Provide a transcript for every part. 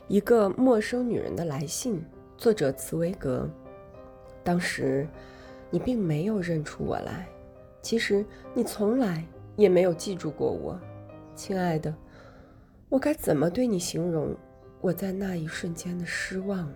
一个陌生女人的来信，作者茨威格。当时你并没有认出我来，其实你从来也没有记住过我。亲爱的，我该怎么对你形容我在那一瞬间的失望呢？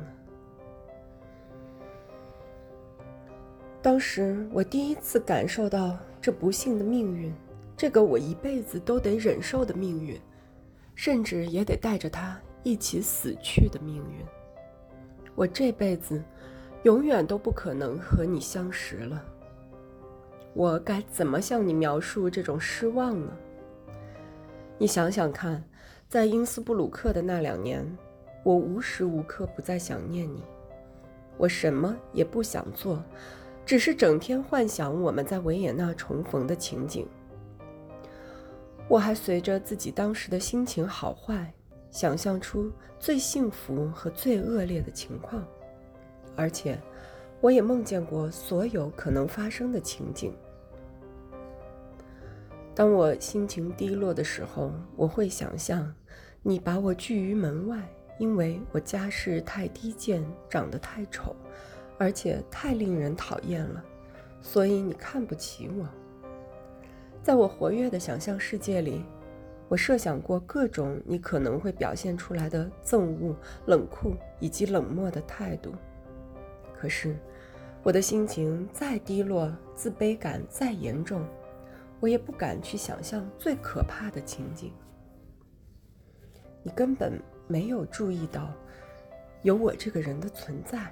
当时我第一次感受到这不幸的命运，这个我一辈子都得忍受的命运，甚至也得带着它一起死去的命运。我这辈子永远都不可能和你相识了。我该怎么向你描述这种失望呢？你想想看，在因斯布鲁克的那2年，我无时无刻不在想念你。我什么也不想做，只是整天幻想我们在维也纳重逢的情景。我还随着自己当时的心情好坏，想象出最幸福和最恶劣的情况，而且我也梦见过所有可能发生的情景。当我心情低落的时候，我会想象你把我拒于门外，因为我家世太低贱，长得太丑，而且太令人讨厌了，所以你看不起我。在我活跃的想象世界里，我设想过各种你可能会表现出来的憎恶、冷酷以及冷漠的态度。可是，我的心情再低落，自卑感再严重，我也不敢去想象最可怕的情景。你根本没有注意到有我这个人的存在。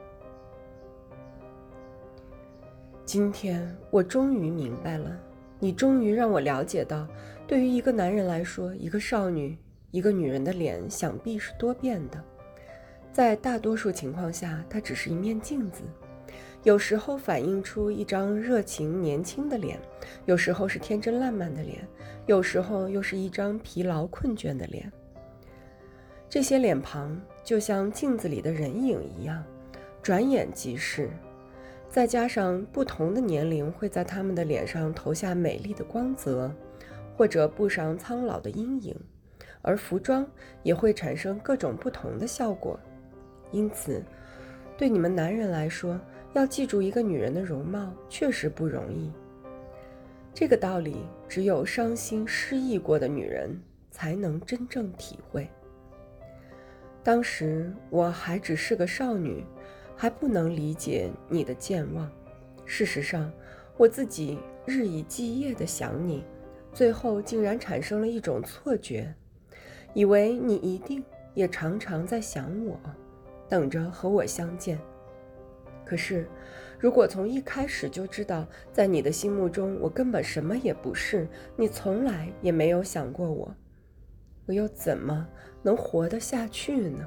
今天我终于明白了，你终于让我了解到，对于一个男人来说，一个少女，一个女人的脸想必是多变的。在大多数情况下，它只是一面镜子，有时候反映出一张热情年轻的脸，有时候是天真烂漫的脸，有时候又是一张疲劳困倦的脸。这些脸庞就像镜子里的人影一样，转眼即逝。再加上不同的年龄会在他们的脸上投下美丽的光泽，或者布上苍老的阴影，而服装也会产生各种不同的效果。因此，对你们男人来说，要记住一个女人的容貌确实不容易。这个道理只有伤心失意过的女人才能真正体会。当时我还只是个少女，还不能理解你的健忘。事实上，我自己日以继夜地想你，最后竟然产生了一种错觉，以为你一定也常常在想我，等着和我相见。可是，如果从一开始就知道，在你的心目中我根本什么也不是，你从来也没有想过我，我又怎么能活得下去呢？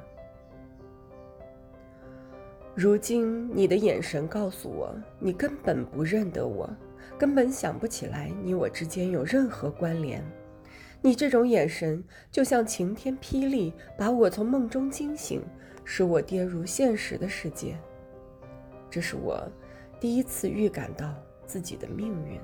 如今你的眼神告诉我，你根本不认得我，根本想不起来你我之间有任何关联。你这种眼神就像晴天霹雳，把我从梦中惊醒，使我跌入现实的世界。这是我第一次预感到自己的命运。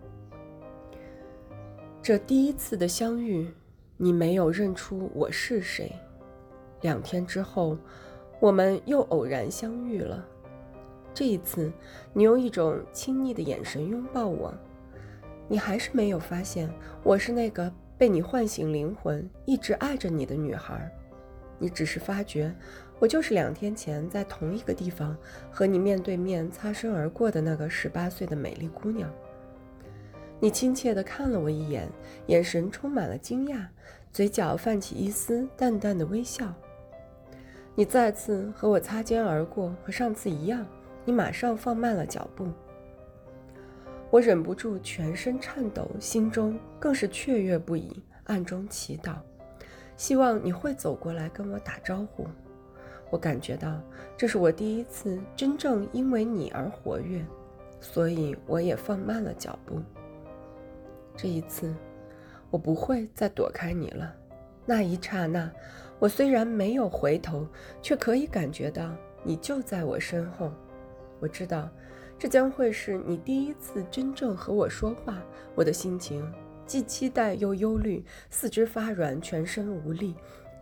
这第一次的相遇，你没有认出我是谁。2天之后，我们又偶然相遇了。这一次，你用一种亲昵的眼神拥抱我。你还是没有发现我是那个被你唤醒灵魂，一直爱着你的女孩。你只是发觉，我就是2天前在同一个地方和你面对面擦身而过的那个18岁的美丽姑娘。你亲切地看了我一眼，眼神充满了惊讶，嘴角泛起一丝淡淡的微笑。你再次和我擦肩而过，和上次一样，你马上放慢了脚步。我忍不住全身颤抖，心中更是雀跃不已，暗中祈祷，希望你会走过来跟我打招呼。我感觉到这是我第一次真正因为你而活跃，所以我也放慢了脚步。这一次，我不会再躲开你了。那一刹那，我虽然没有回头，却可以感觉到你就在我身后。我知道，这将会是你第一次真正和我说话。我的心情既期待又忧虑，四肢发软，全身无力，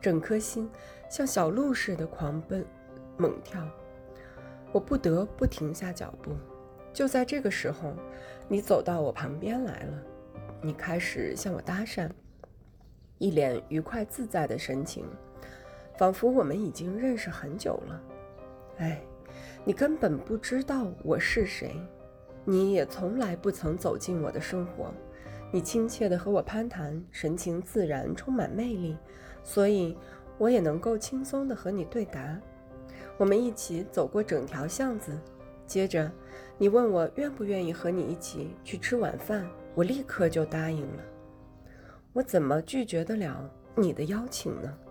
整颗心像小鹿似的狂奔猛跳。我不得不停下脚步。就在这个时候，你走到我旁边来了，你开始向我搭讪，一脸愉快自在的神情，仿佛我们已经认识很久了。哎，你根本不知道我是谁，你也从来不曾走进我的生活。你亲切地和我攀谈，神情自然，充满魅力，所以我也能够轻松地和你对答。我们一起走过整条巷子，接着你问我愿不愿意和你一起去吃晚饭，我立刻就答应了。我怎么拒绝得了你的邀请呢？